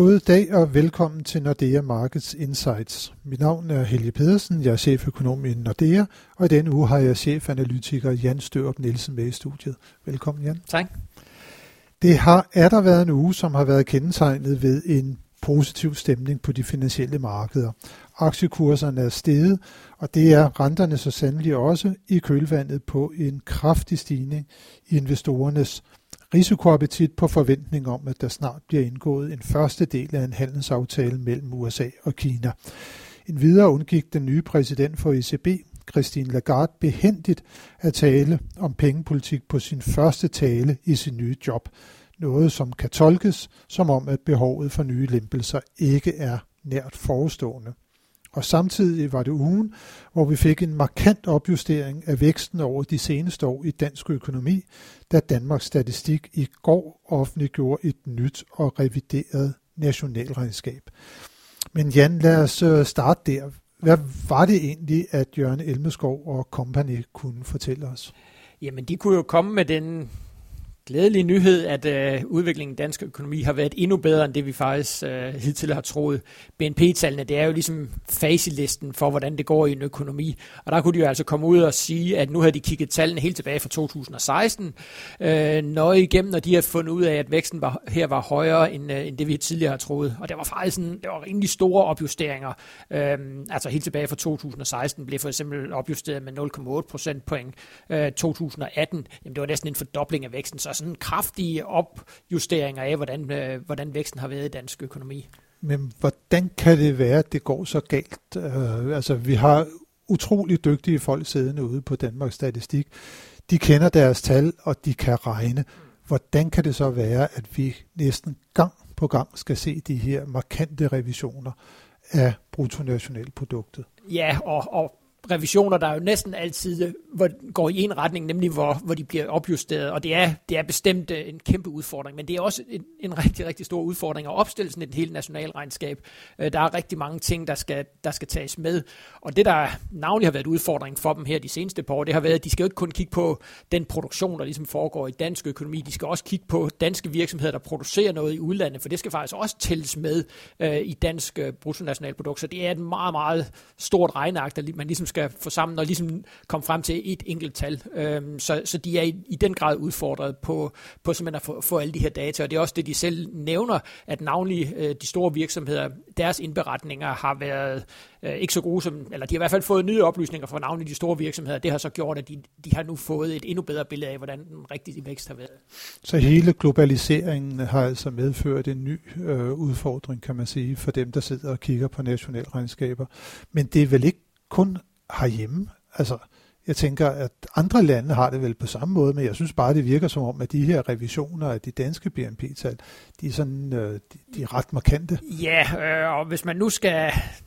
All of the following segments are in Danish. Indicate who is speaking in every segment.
Speaker 1: God dag og velkommen til Nordea Markets Insights. Mit navn er Helge Pedersen, jeg er cheføkonom i Nordea, og i denne uge har jeg chefanalytiker Jan Størup Nielsen med i studiet. Velkommen, Jan.
Speaker 2: Tak.
Speaker 1: Det har der været en uge, som har været kendetegnet ved en positiv stemning på de finansielle markeder. Aktiekurserne er steget, og det er renterne så sandelig også i kølvandet på en kraftig stigning i investorernes risikoappetit på forventning om, at der snart bliver indgået en første del af en handelsaftale mellem USA og Kina. Endvidere undgik den nye præsident for ECB, Christine Lagarde, behændigt at tale om pengepolitik på sin første tale i sin nye job. Noget, som kan tolkes som om, at behovet for nye lempelser ikke er nært forestående. Og samtidig var det ugen, hvor vi fik en markant opjustering af væksten over de seneste år i dansk økonomi, da Danmarks Statistik i går offentliggjorde et nyt og revideret nationalregnskab. Men Jan, lad os starte der. Hvad var det egentlig, at Jørgen Elmeskov og company kunne fortælle os?
Speaker 2: Jamen, de kunne jo komme med den glædelige nyhed, at udviklingen i dansk økonomi har været endnu bedre end det, vi faktisk hidtil har troet. BNP-tallene, det er jo ligesom facitlisten for, hvordan det går i en økonomi. Og der kunne de jo altså komme ud og sige, at nu havde de kigget tallene helt tilbage fra 2016 nøje igennem, og de har fundet ud af, at væksten var højere end det, vi tidligere har troet. Og det var faktisk det var rimelig store opjusteringer. Altså helt tilbage fra 2016 blev for eksempel opjusteret med 0,8 procentpoint. 2018, jamen det var næsten en fordobling af væksten, så sådan kraftige opjusteringer af, hvordan væksten har været i dansk økonomi.
Speaker 1: Men hvordan kan det være, at det går så galt? Altså, vi har utrolig dygtige folk siddende ude på Danmarks Statistik. De kender deres tal, og de kan regne. Hvordan kan det så være, at vi næsten gang på gang skal se de her markante revisioner af bruttonationalproduktet?
Speaker 2: Ja, og revisioner, der er jo næsten altid går i en retning, nemlig hvor de bliver opjusteret, og det er bestemt en kæmpe udfordring, men det er også en rigtig, rigtig stor udfordring at opstille sådan et helt nationalregnskab. Der er rigtig mange ting, der skal tages med, og det, der navnlig har været udfordringen for dem her de seneste par år, det har været, at de skal jo ikke kun kigge på den produktion, der ligesom foregår i dansk økonomi, de skal også kigge på danske virksomheder, der producerer noget i udlandet, for det skal faktisk også tælles med i dansk bruttonationalprodukt, så det er et meget, meget stort regneark, der man ligesom skal få sammen og ligesom komme frem til et enkelt tal. Så de er i den grad udfordret på simpelthen at få alle de her data, og det er også det, de selv nævner, at navnlig de store virksomheder, deres indberetninger har været ikke så gode som, eller de har i hvert fald fået nye oplysninger fra navnlig de store virksomheder. Det har så gjort, at de har nu fået et endnu bedre billede af, hvordan den rigtige vækst har været.
Speaker 1: Så hele globaliseringen har altså medført en ny udfordring, kan man sige, for dem, der sidder og kigger på nationalregnskaber. Men det er vel ikke kun herhjemme. Altså, jeg tænker, at andre lande har det vel på samme måde, men jeg synes bare, det virker som om, at de her revisioner af de danske BNP-tal, de er sådan, de er ret markante.
Speaker 2: Ja, og hvis man nu skal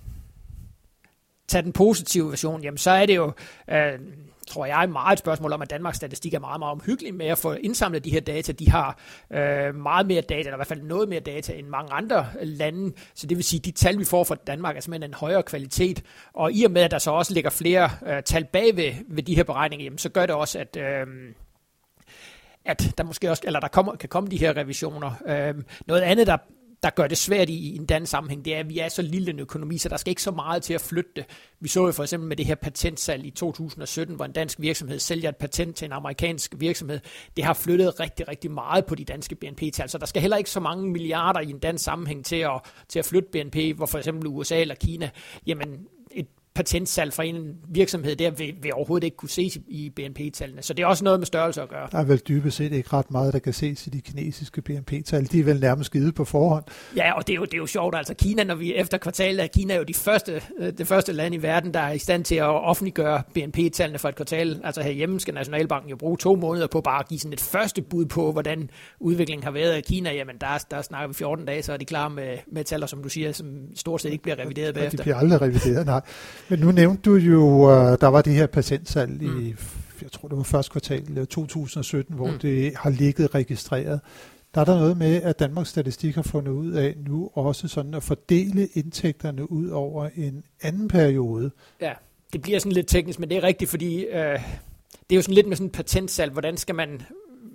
Speaker 2: tage den positive version, jamen så er det jo, tror jeg, meget et spørgsmål om, at Danmarks Statistik er meget, meget omhyggelig med at få indsamlet de her data. De har meget mere data, eller i hvert fald noget mere data end mange andre lande. Så det vil sige, at de tal, vi får fra Danmark, er simpelthen en højere kvalitet. Og i og med, at der så også ligger flere tal bag ved de her beregninger, jamen, så gør det også, at der måske også, eller kan komme de her revisioner. Noget andet, der gør det svært i en dansk sammenhæng, det er, at vi er så lille en økonomi, så der skal ikke så meget til at flytte det. Vi så jo for eksempel med det her patentsalg i 2017, hvor en dansk virksomhed sælger et patent til en amerikansk virksomhed. Det har flyttet rigtig, rigtig meget på de danske BNP-tal, så der skal heller ikke så mange milliarder i en dansk sammenhæng til at flytte BNP, hvor for eksempel USA eller Kina, jamen et patentsalg fra en virksomhed, der vil overhovedet ikke kunne ses i BNP-tallene. Så det er også noget med størrelse at gøre.
Speaker 1: Der er vel dybest set ikke ret meget, der kan ses i de kinesiske BNP-tal. De er vel nærmest givet på forhånd.
Speaker 2: Ja, og det er jo sjovt. Altså Kina, når vi efter kvartalet af Kina er jo det første land i verden, der er i stand til at offentliggøre BNP-tallene for et kvartal. Altså herhjemme skal Nationalbanken jo bruge 2 måneder på bare at give sådan et første bud på, hvordan udviklingen har været i Kina. Jamen der snakker vi 14 dage, så er de klar med taller, som du siger, som stort set ikke bliver revideret bagefter.
Speaker 1: De bliver aldrig revideret, nej. Men nu nævnte du jo, der var det her patentsalg i, jeg tror det var første kvartal 2017, hvor det har ligget registreret. Der er der noget med, at Danmarks Statistik har fundet ud af nu også sådan at fordele indtægterne ud over en anden periode.
Speaker 2: Ja, det bliver sådan lidt teknisk, men det er rigtigt, fordi det er jo sådan lidt med sådan en patentsalg. Hvordan skal man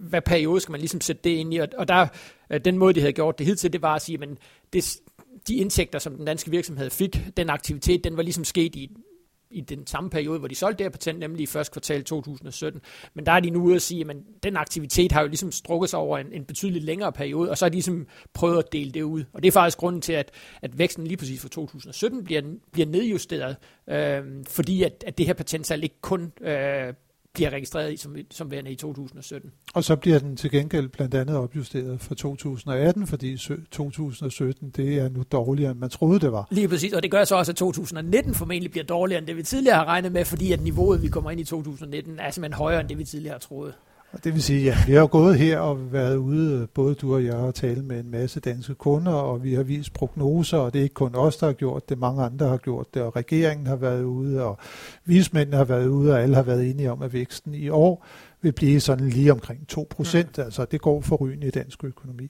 Speaker 2: hvad periode skal man ligesom sætte det ind i, og der, den måde, de havde gjort det hidtil, det var at sige, men de indtægter, som den danske virksomhed fik, den aktivitet, den var ligesom sket i den samme periode, hvor de solgte det her patent, nemlig i første kvartal 2017. Men der er de nu ude at sige, at den aktivitet har jo ligesom strukket sig over en betydeligt længere periode, og så har de ligesom prøvet at dele det ud. Og det er faktisk grunden til, at væksten lige præcis for 2017 bliver nedjusteret, fordi at det her potentiale ikke kun bliver registreret som værende i 2017.
Speaker 1: Og så bliver den til gengæld blandt andet opjusteret for 2018, fordi 2017 det er nu dårligere, end man troede, det var.
Speaker 2: Lige præcis, og det gør så også, at 2019 formentlig bliver dårligere, end det vi tidligere har regnet med, fordi at niveauet, vi kommer ind i 2019, er simpelthen højere, end det vi tidligere har troet.
Speaker 1: Og det vil sige, ja, vi har jo gået her og været ude, både du og jeg har talt med en masse danske kunder, og vi har vist prognoser, og det er ikke kun os, der har gjort det, mange andre har gjort det, og regeringen har været ude, og vismændene har været ude, og alle har været enige om, at væksten i år vil blive sådan lige omkring 2%, altså det går forrygende i dansk økonomi.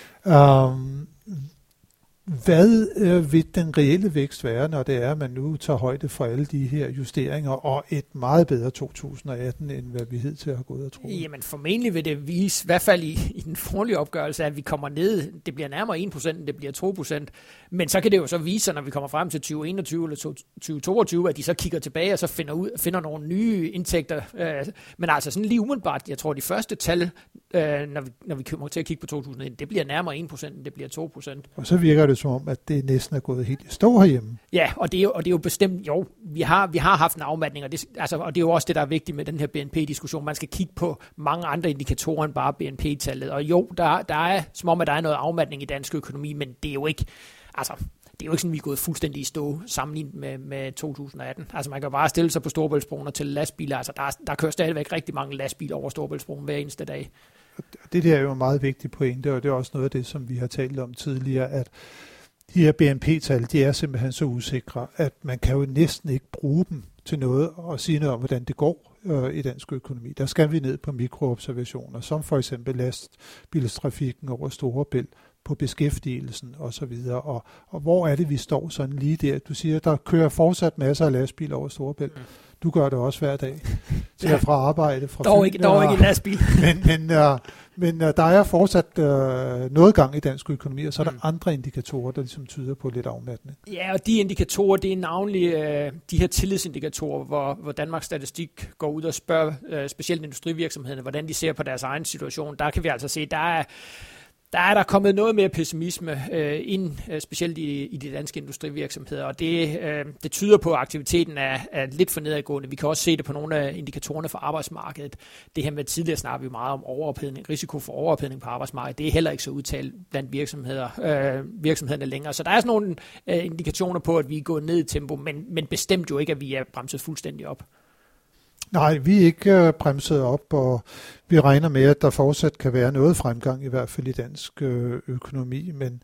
Speaker 1: Hvad vil den reelle vækst være, når det er, at man nu tager højde for alle de her justeringer og et meget bedre 2018, end hvad vi hidtil har gået og troet?
Speaker 2: Jamen formentlig vil det vise, i hvert fald i den forlige opgørelse, at vi kommer ned, det bliver nærmere 1%, end det bliver 2%. Men så kan det jo så vise sig, når vi kommer frem til 2021 eller 2022, at de så kigger tilbage og så finder nogle nye indtægter. Men altså sådan lige umiddelbart, jeg tror de første tal, når vi kommer til at kigge på 2001, det bliver nærmere 1%, end det bliver 2%.
Speaker 1: Og så virker det som om, at det næsten er gået helt i stå herhjemme.
Speaker 2: Ja, og det er jo bestemt, jo, vi har haft en afmatning, og det er jo også det, der er vigtigt med den her BNP-diskussion. Man skal kigge på mange andre indikatorer end bare BNP-tallet. Og jo, der er som om, at der er noget afmatning i dansk økonomi, men det er jo ikke, sådan, vi er gået fuldstændig i stå sammenlignet med 2018. Altså man kan bare stille sig på Storebæltsbroen og til lastbiler. Altså der kører stadigvæk rigtig mange lastbiler over Storebæltsbroen hver eneste dag.
Speaker 1: Det der er jo en meget vigtig pointe, og det er også noget af det, som vi har talt om tidligere, at de her BNP-tal, de er simpelthen så usikre, at man kan jo næsten ikke bruge dem til noget og sige noget om, hvordan det går i dansk økonomi. Der skal vi ned på mikroobservationer, som for eksempel lastbilstrafikken over Storebælt, på beskæftigelsen osv. Og hvor er det, vi står sådan lige der? Du siger, der kører fortsat masser af lastbiler over Storebælt. Du gør det også hver dag. Det er fra arbejde. Fra
Speaker 2: dog ikke en lastbil.
Speaker 1: Men der er fortsat noget gang i dansk økonomi, og så er der andre indikatorer, der ligesom tyder på lidt afmatning.
Speaker 2: Ja, og de indikatorer, det er navnlig de her tillidsindikatorer, hvor Danmarks Statistik går ud og spørger specielt industrivirksomhederne, hvordan de ser på deres egen situation. Der kan vi altså se, der er kommet noget mere pessimisme ind, specielt i de danske industrivirksomheder, og det tyder på, at aktiviteten er lidt for nedadgående. Vi kan også se det på nogle af indikatorerne for arbejdsmarkedet. Det her med tidligere snakker vi meget om overophedning, risiko for overophedning på arbejdsmarkedet. Det er heller ikke så udtalt blandt virksomhederne længere. Så der er sådan nogle indikationer på, at vi er gået ned i tempo, men bestemt jo ikke, at vi er bremset fuldstændig op.
Speaker 1: Nej, vi er ikke bremset op, og vi regner med, at der fortsat kan være noget fremgang, i hvert fald i dansk økonomi, men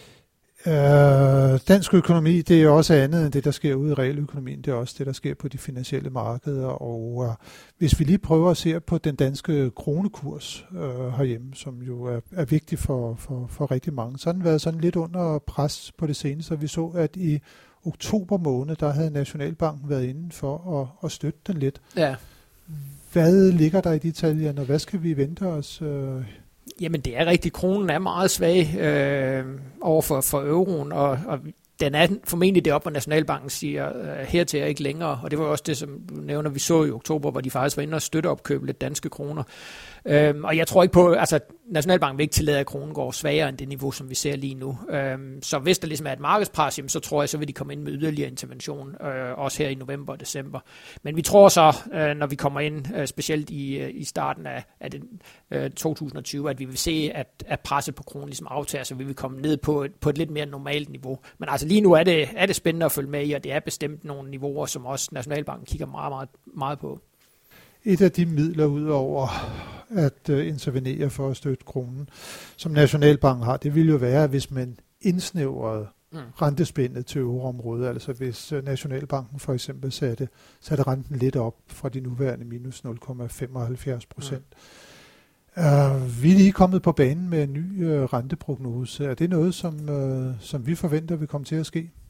Speaker 1: dansk økonomi, det er også andet end det, der sker ude i realøkonomien, det er også det, der sker på de finansielle markeder, og hvis vi lige prøver at se på den danske kronekurs herhjemme, som jo er vigtig for rigtig mange, så har den været sådan lidt under pres på det seneste, og vi så, at i oktober måned, der havde Nationalbanken været inde for at støtte den lidt. Ja. Hvad ligger der i de tal, og hvad skal vi vente os?
Speaker 2: Jamen det er rigtigt, kronen er meget svag over for euroen, og den er formentlig det op, hvor Nationalbanken siger, hertil er ikke længere, og det var også det, som du nævner, vi så i oktober, hvor de faktisk var inde og støtte opkøbe lidt danske kroner. Og jeg tror ikke på, altså Nationalbanken vil ikke tillade, at kronen går svagere end det niveau, som vi ser lige nu. Så hvis der ligesom er et markedspres, så tror jeg, så vil de komme ind med yderligere intervention, også her i november og december. Men vi tror så, når vi kommer ind, specielt i starten af 2020, at vi vil se, at presset på kronen ligesom aftager, så vi vil komme ned på et lidt mere normalt niveau. Men altså lige nu er det spændende at følge med i, og det er bestemt nogle niveauer, som også Nationalbanken kigger meget, meget, meget på.
Speaker 1: Et af de midler ud over at intervenere for at støtte kronen, som Nationalbanken har, det ville jo være, hvis man indsnævrede rentespændet til euroområdet. Altså hvis Nationalbanken for eksempel satte renten lidt op fra de nuværende minus 0,75%. Vi er lige kommet på banen med en ny renteprognose. Er det noget, som vi forventer vil komme til at ske?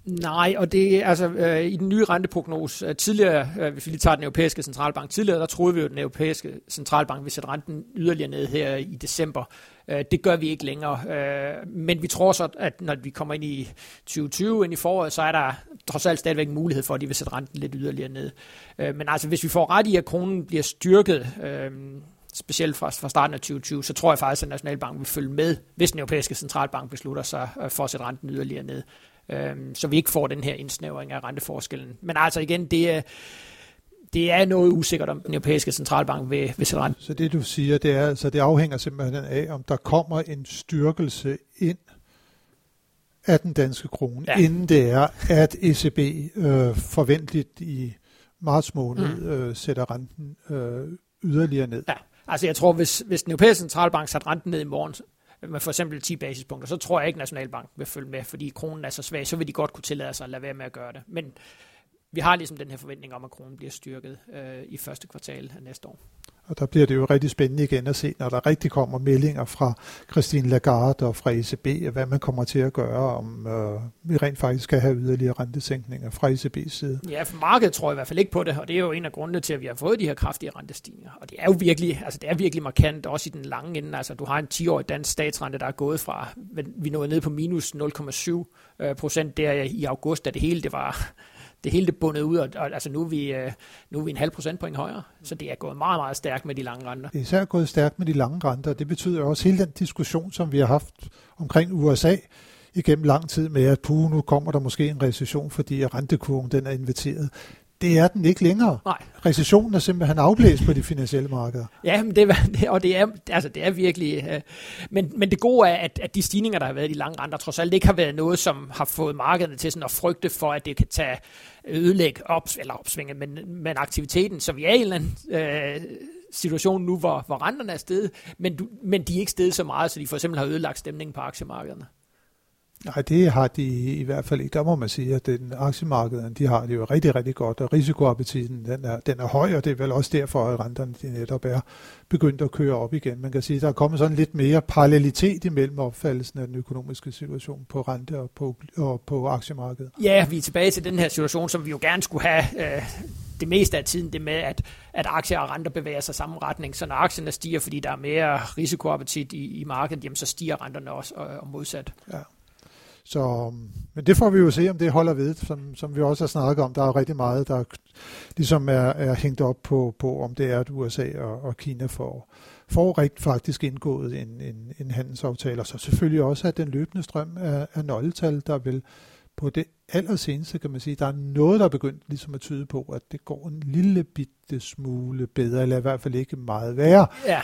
Speaker 2: Nej, og det er altså i den nye renteprognose tidligere, hvis vi lige tager den europæiske centralbank tidligere, der troede vi jo, at den europæiske centralbank ville sætte renten yderligere ned her i december. Det gør vi ikke længere, men vi tror så, at når vi kommer ind i 2020, ind i foråret, så er der trods alt stadigvæk mulighed for, at de vil sætte renten lidt yderligere ned. Men altså, hvis vi får ret i, at kronen bliver styrket, specielt fra starten af 2020, så tror jeg faktisk, at Nationalbanken vil følge med, hvis den europæiske centralbank beslutter sig for at sætte renten yderligere ned. Så vi ikke får den her indsnævring af renteforskellen. Men altså igen, det er noget usikkert, om den europæiske centralbank vil sætte renten.
Speaker 1: Så det du siger, det er altså, det afhænger simpelthen af, om der kommer en styrkelse ind af den danske krone, inden det er, at ECB forventeligt i marts måned sætter renten yderligere ned.
Speaker 2: Ja, altså jeg tror, hvis den europæiske centralbank sætter renten ned i morgen, med for eksempel 10 basispunkter, så tror jeg ikke, Nationalbanken vil følge med, fordi kronen er så svag, så vil de godt kunne tillade sig at lade være med at gøre det. Men vi har ligesom den her forventning om, at kronen bliver styrket i første kvartal af næste år.
Speaker 1: Og der bliver det jo rigtig spændende igen at se, når der rigtig kommer meldinger fra Christine Lagarde og fra ECB, hvad man kommer til at gøre, om vi rent faktisk skal have yderligere rentesænkninger fra ECB's side.
Speaker 2: Ja, for markedet tror jeg i hvert fald ikke på det, og det er jo en af grundene til, at vi har fået de her kraftige rentestigninger. Og det er jo virkelig, altså det er virkelig markant, også i den lange ende. Altså du har en 10-årig dansk statsrente, der er gået fra, vi nåede ned på minus 0,7% der i august, da det hele det bundet ud, og altså nu er vi en halv procentpoint højere, så det er gået meget, meget stærkt med de lange renter.
Speaker 1: Det er især gået stærkt med de lange renter, og det betyder også hele den diskussion, som vi har haft omkring USA igennem lang tid med, at nu kommer der måske en recession, fordi rentekurven den er inverteret. Det er den ikke længere.
Speaker 2: Nej.
Speaker 1: Recessionen er simpelthen afblæst på de finansielle markeder.
Speaker 2: Ja, men det er virkelig... Men det gode er, at de stigninger, der har været i de lange renter, trods alt ikke har været noget, som har fået markederne til sådan at frygte for, at det kan tage opsvinge, men aktiviteten. Så vi er i en eller anden situation nu, hvor renterne er steget, men de er ikke steget så meget, så de for eksempel har ødelagt stemningen på aktiemarkederne.
Speaker 1: Nej, det har de i hvert fald ikke. Der må man sige, at aktiemarkederne, de har det jo rigtig, rigtig godt, og risikoappetitten, den er høj, og det er vel også derfor, at renterne de netop er begyndt at køre op igen. Man kan sige, at der er kommet sådan lidt mere parallelitet imellem opfattelsen af den økonomiske situation på rente og på aktiemarkedet.
Speaker 2: Ja, vi er tilbage til den her situation, som vi jo gerne skulle have det meste af tiden, det med, at aktier og renter bevæger sig i samme retning. Så når aktierne stiger, fordi der er mere risikoappetit i markedet, jamen, så stiger renterne også og modsat. Ja.
Speaker 1: Så, men det får vi jo se, om det holder ved, som vi også har snakket om. Der er rigtig meget, der ligesom er hængt op på, om det er, at USA og Kina får rigtig faktisk indgået en handelsaftale. Og så selvfølgelig også, at den løbende strøm af nøgletal, der vil på det allerseneste, kan man sige, der er noget, der er begyndt ligesom at tyde på, at det går en lille bitte smule bedre, eller i hvert fald ikke meget værre. Ja.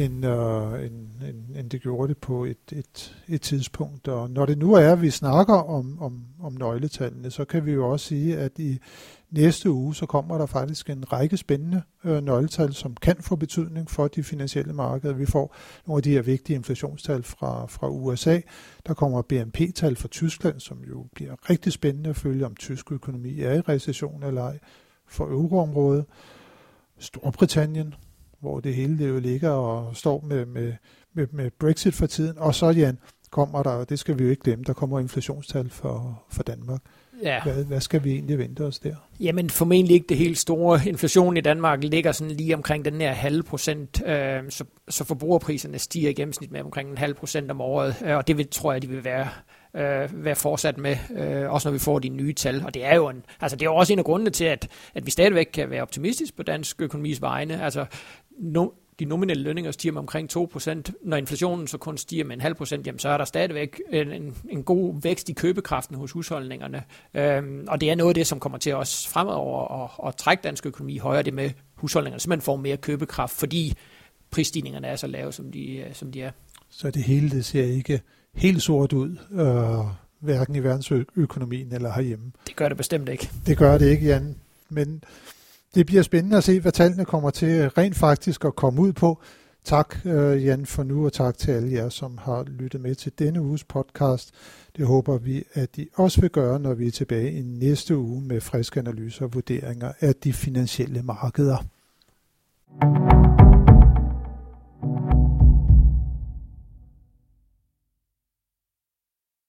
Speaker 1: End det gjorde det på et tidspunkt. Og når det nu er, at vi snakker om nøgletallene, så kan vi jo også sige, at i næste uge, så kommer der faktisk en række spændende nøgletal, som kan få betydning for de finansielle markeder. Vi får nogle af de her vigtige inflationstal fra USA. Der kommer BNP-tal fra Tyskland, som jo bliver rigtig spændende at følge, om tysk økonomi er i recession eller ej, for euroområdet. Storbritannien, hvor det hele det jo ligger og står med Brexit for tiden. Og så, Jan, kommer der, og det skal vi jo ikke glemme, der kommer inflationstal for Danmark. Ja. Hvad skal vi egentlig vente os der?
Speaker 2: Jamen formentlig ikke det helt store. Inflationen i Danmark ligger sådan lige omkring den her 0,5%, så forbrugerpriserne stiger i gennemsnit med omkring 0,5% om året, og det tror jeg, de vil være fortsat med, også når vi får de nye tal. Og det er jo det er jo også en af grundene til, at vi stadigvæk kan være optimistiske på dansk økonomis vegne. Altså, de nominelle lønninger stiger med omkring 2%. Når inflationen så kun stiger med 0,5%, jamen, så er der stadigvæk en god vækst i købekraften hos husholdningerne. Og det er noget af det, som kommer til os fremover at trække dansk økonomi højere, det med husholdningerne simpelthen får mere købekraft, fordi prisstigningerne er så lave, som de er.
Speaker 1: Så det hele, det ser ikke helt sort ud, hverken i verdensøkonomien eller herhjemme.
Speaker 2: Det gør det bestemt ikke.
Speaker 1: Det gør det ikke, Jan. Men det bliver spændende at se, hvad tallene kommer til rent faktisk at komme ud på. Tak, Jan, for nu, og tak til alle jer, som har lyttet med til denne uges podcast. Det håber vi, at I også vil gøre, når vi er tilbage i næste uge med friske analyser og vurderinger af de finansielle markeder.